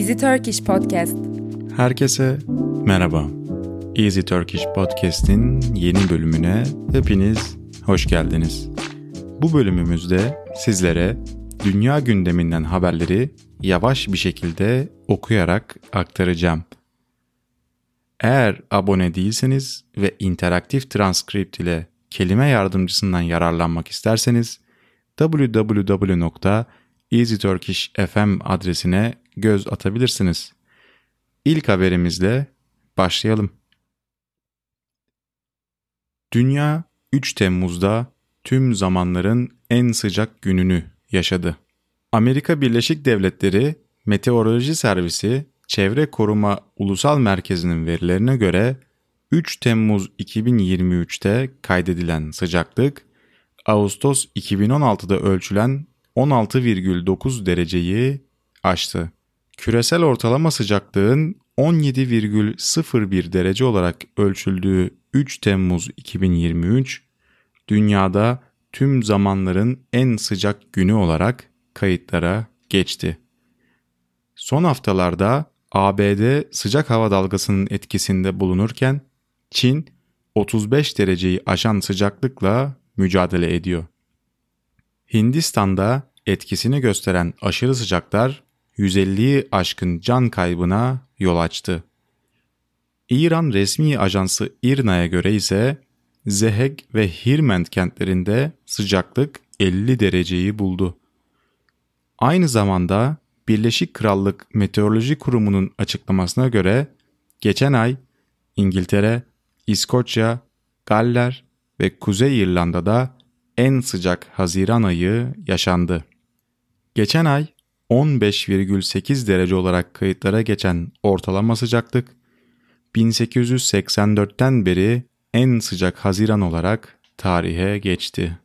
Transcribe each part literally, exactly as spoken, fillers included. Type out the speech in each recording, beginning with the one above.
Easy Turkish Podcast. Herkese merhaba. Easy Turkish Podcast'in yeni bölümüne hepiniz hoş geldiniz. Bu bölümümüzde sizlere dünya gündeminden haberleri yavaş bir şekilde okuyarak aktaracağım. Eğer abone değilseniz ve interaktif transkript ile kelime yardımcısından yararlanmak isterseniz double-u double-u double-u nokta easy turkish nokta f m adresine göz atabilirsiniz. İlk haberimizle başlayalım. Dünya üç Temmuz'da tüm zamanların en sıcak gününü yaşadı. Amerika Birleşik Devletleri Meteoroloji Servisi Çevre Koruma Ulusal Merkezi'nin verilerine göre üç Temmuz iki bin yirmi üçte kaydedilen sıcaklık Ağustos iki bin on altıda ölçülen on altı virgül dokuz dereceyi aştı. Küresel ortalama sıcaklığın on yedi virgül sıfır bir derece olarak ölçüldüğü üç Temmuz iki bin yirmi üç, dünyada tüm zamanların en sıcak günü olarak kayıtlara geçti. Son haftalarda A B D sıcak hava dalgasının etkisinde bulunurken Çin otuz beş dereceyi aşan sıcaklıkla mücadele ediyor. Hindistan'da etkisini gösteren aşırı sıcaklar yüz elliyi aşkın can kaybına yol açtı. İran resmi ajansı I R N A'ya göre ise Zeheg ve Hirmend kentlerinde sıcaklık elli dereceyi buldu. Aynı zamanda Birleşik Krallık Meteoroloji Kurumu'nun açıklamasına göre geçen ay İngiltere, İskoçya, Galler ve Kuzey İrlanda'da en sıcak Haziran ayı yaşandı. Geçen ay on beş virgül sekiz derece olarak kayıtlara geçen ortalama sıcaklık bin sekiz yüz seksen dörtten beri en sıcak Haziran olarak tarihe geçti.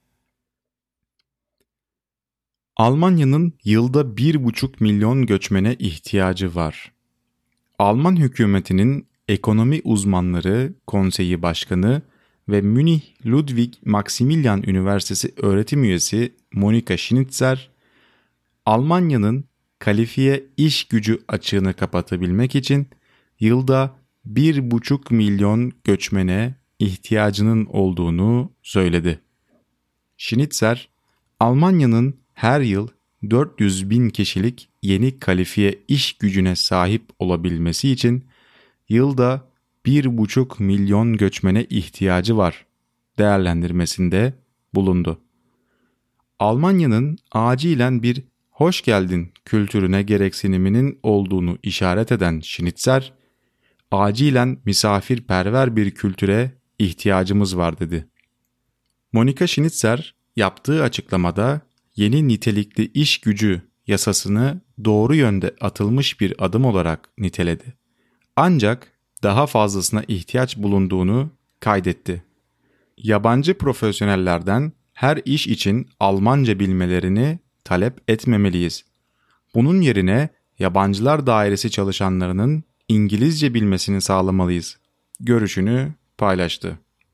Almanya'nın yılda bir buçuk milyon göçmene ihtiyacı var. Alman hükümetinin Ekonomi Uzmanları Konseyi Başkanı ve Münih Ludwig Maximilian Üniversitesi öğretim üyesi Monika Schnitzer, Almanya'nın kalifiye iş gücü açığını kapatabilmek için yılda bir buçuk milyon göçmene ihtiyacının olduğunu söyledi. Schnitzer, Almanya'nın her yıl dört yüz bin kişilik yeni kalifiye iş gücüne sahip olabilmesi için yılda bir buçuk milyon göçmene ihtiyacı var değerlendirmesinde bulundu. Almanya'nın acilen bir hoş geldin kültürüne gereksiniminin olduğunu işaret eden Schnitzer, acilen misafirperver bir kültüre ihtiyacımız var dedi. Monika Schnitzer yaptığı açıklamada yeni nitelikli iş gücü yasasını doğru yönde atılmış bir adım olarak niteledi. Ancak daha fazlasına ihtiyaç bulunduğunu kaydetti. Yabancı profesyonellerden her iş için Almanca bilmelerini talep etmemeliyiz. Bunun yerine yabancılar dairesi çalışanlarının İngilizce bilmesini sağlamalıyız görüşünü paylaştı.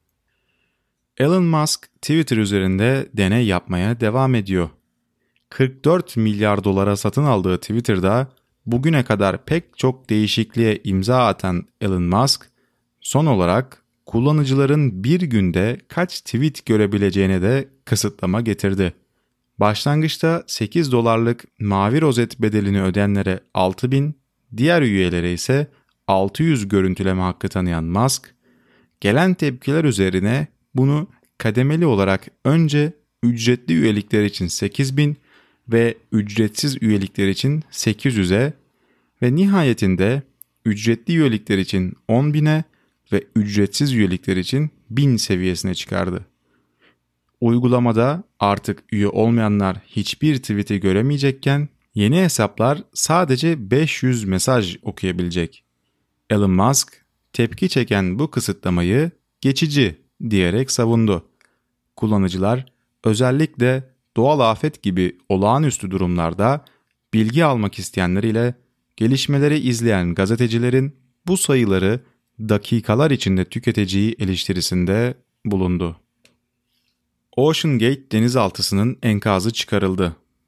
Elon Musk Twitter üzerinde deney yapmaya devam ediyor. kırk dört milyar dolara satın aldığı Twitter'da bugüne kadar pek çok değişikliğe imza atan Elon Musk, son olarak kullanıcıların bir günde kaç tweet görebileceğine de kısıtlama getirdi. Başlangıçta sekiz dolarlık mavi rozet bedelini ödeyenlere altı bin, diğer üyelere ise altı yüz görüntüleme hakkı tanıyan Musk, gelen tepkiler üzerine bunu kademeli olarak önce ücretli üyelikler için sekiz bin ve ücretsiz üyelikler için sekiz yüze ve nihayetinde ücretli üyelikler için on bine ve ücretsiz üyelikler için bin seviyesine çıkardı. Uygulamada artık üye olmayanlar hiçbir tweet'i göremeyecekken yeni hesaplar sadece beş yüz mesaj okuyabilecek. Elon Musk tepki çeken bu kısıtlamayı geçici diyerek savundu. Kullanıcılar özellikle doğal afet gibi olağanüstü durumlarda bilgi almak isteyenler ile gelişmeleri izleyen gazetecilerin bu sayıları dakikalar içinde tüketeceği eleştirisinde bulundu. Ocean Gate denizaltısının enkazı çıkarıldı.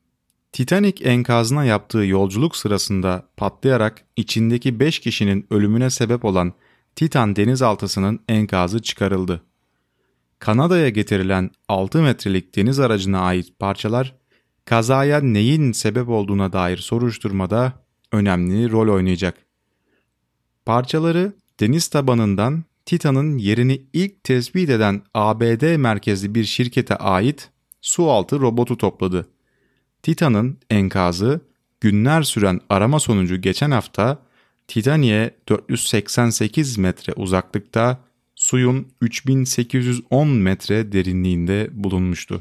Titanic enkazına yaptığı yolculuk sırasında patlayarak içindeki beş kişinin ölümüne sebep olan Titan denizaltısının enkazı çıkarıldı. Kanada'ya getirilen altı metrelik deniz aracına ait parçalar, kazaya neyin sebep olduğuna dair soruşturmada önemli rol oynayacak. Parçaları deniz tabanından Titan'ın yerini ilk tespit eden A B D merkezli bir şirkete ait sualtı robotu topladı. Titan'ın enkazı günler süren arama sonucu geçen hafta Titanic'e dört yüz seksen sekiz metre uzaklıkta suyun üç bin sekiz yüz on metre derinliğinde bulunmuştu.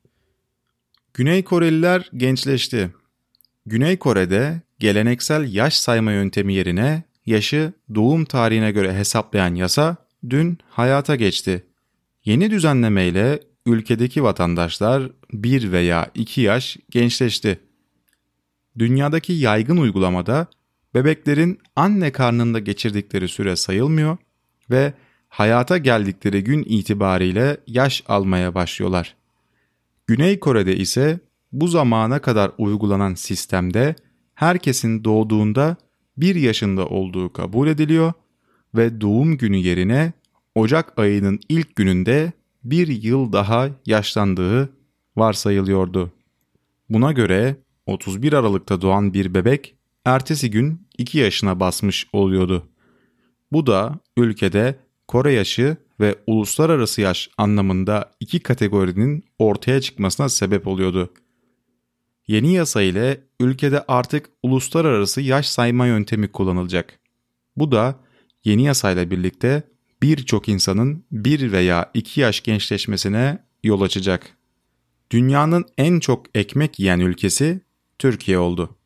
Güney Koreliler gençleşti. Güney Kore'de geleneksel yaş sayma yöntemi yerine yaşı doğum tarihine göre hesaplayan yasa dün hayata geçti. Yeni düzenlemeyle ülkedeki vatandaşlar bir veya iki yaş gençleşti. Dünyadaki yaygın uygulamada bebeklerin anne karnında geçirdikleri süre sayılmıyor ve hayata geldikleri gün itibariyle yaş almaya başlıyorlar. Güney Kore'de ise bu zamana kadar uygulanan sistemde herkesin doğduğunda bir yaşında olduğu kabul ediliyor ve doğum günü yerine Ocak ayının ilk gününde bir yıl daha yaşlandığı varsayılıyordu. Buna göre otuz bir Aralık'ta doğan bir bebek ertesi gün iki yaşına basmış oluyordu. Bu da ülkede Kore yaşı ve uluslararası yaş anlamında iki kategorinin ortaya çıkmasına sebep oluyordu. Yeni yasa ile ülkede artık uluslararası yaş sayma yöntemi kullanılacak. Bu da yeni yasayla birlikte birçok insanın bir veya iki yaş gençleşmesine yol açacak. Dünyanın en çok ekmek yiyen ülkesi Türkiye oldu.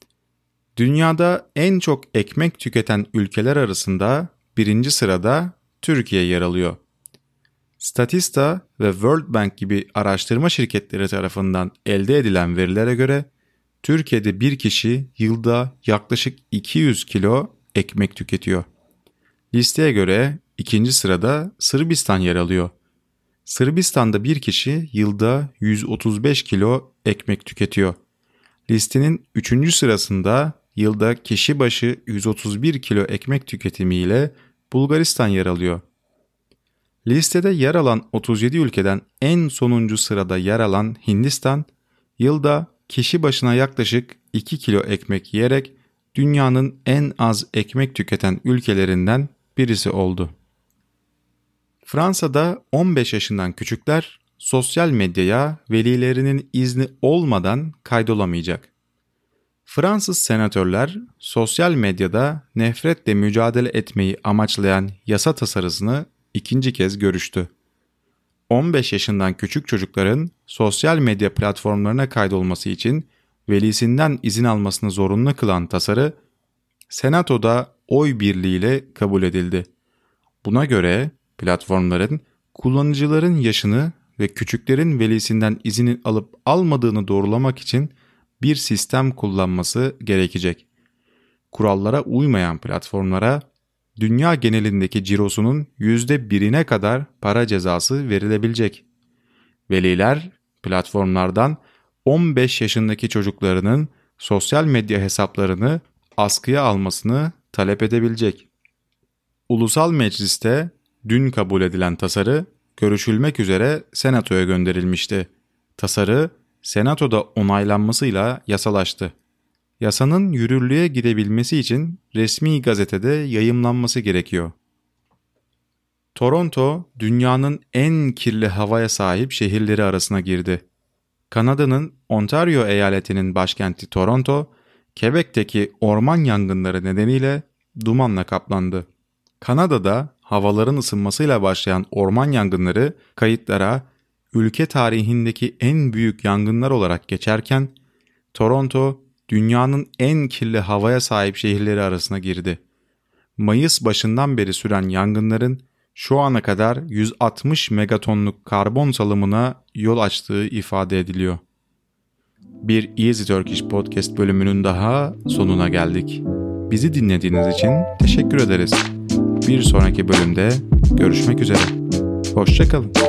Dünyada en çok ekmek tüketen ülkeler arasında birinci sırada Türkiye yer alıyor. Statista ve World Bank gibi araştırma şirketleri tarafından elde edilen verilere göre Türkiye'de bir kişi yılda yaklaşık iki yüz kilo ekmek tüketiyor. Listeye göre ikinci sırada Sırbistan yer alıyor. Sırbistan'da bir kişi yılda yüz otuz beş kilo ekmek tüketiyor. Listenin üçüncü sırasında yılda kişi başı yüz otuz bir kilo ekmek tüketimiyle Bulgaristan yer alıyor. Listede yer alan otuz yedi ülkeden en sonuncu sırada yer alan Hindistan, yılda kişi başına yaklaşık iki kilo ekmek yiyerek dünyanın en az ekmek tüketen ülkelerinden birisi oldu. Fransa'da on beş yaşından küçükler sosyal medyaya velilerinin izni olmadan kaydolamayacak. Fransız senatörler sosyal medyada nefretle mücadele etmeyi amaçlayan yasa tasarısını ikinci kez görüştü. on beş yaşından küçük çocukların sosyal medya platformlarına kaydolması için velisinden izin almasını zorunlu kılan tasarı, Senato'da oy birliğiyle kabul edildi. Buna göre platformların kullanıcıların yaşını ve küçüklerin velisinden izin alıp almadığını doğrulamak için bir sistem kullanması gerekecek. Kurallara uymayan platformlara dünya genelindeki cirosunun yüzde birine kadar para cezası verilebilecek. Veliler platformlardan on beş yaşındaki çocuklarının sosyal medya hesaplarını askıya almasını talep edebilecek. Ulusal Meclis'te dün kabul edilen tasarı görüşülmek üzere Senato'ya gönderilmişti. Tasarı Senato'da onaylanmasıyla yasalaştı. Yasanın yürürlüğe girebilmesi için resmi gazetede yayımlanması gerekiyor. Toronto, dünyanın en kirli havaya sahip şehirleri arasına girdi. Kanada'nın Ontario eyaletinin başkenti Toronto, Quebec'teki orman yangınları nedeniyle dumanla kaplandı. Kanada'da havaların ısınmasıyla başlayan orman yangınları kayıtlara ülke tarihindeki en büyük yangınlar olarak geçerken, Toronto, dünyanın en kirli havaya sahip şehirleri arasına girdi. Mayıs başından beri süren yangınların şu ana kadar yüz altmış megatonluk karbon salımına yol açtığı ifade ediliyor. Bir Easy Turkish Podcast bölümünün daha sonuna geldik. Bizi dinlediğiniz için teşekkür ederiz. Bir sonraki bölümde görüşmek üzere. Hoşça kalın.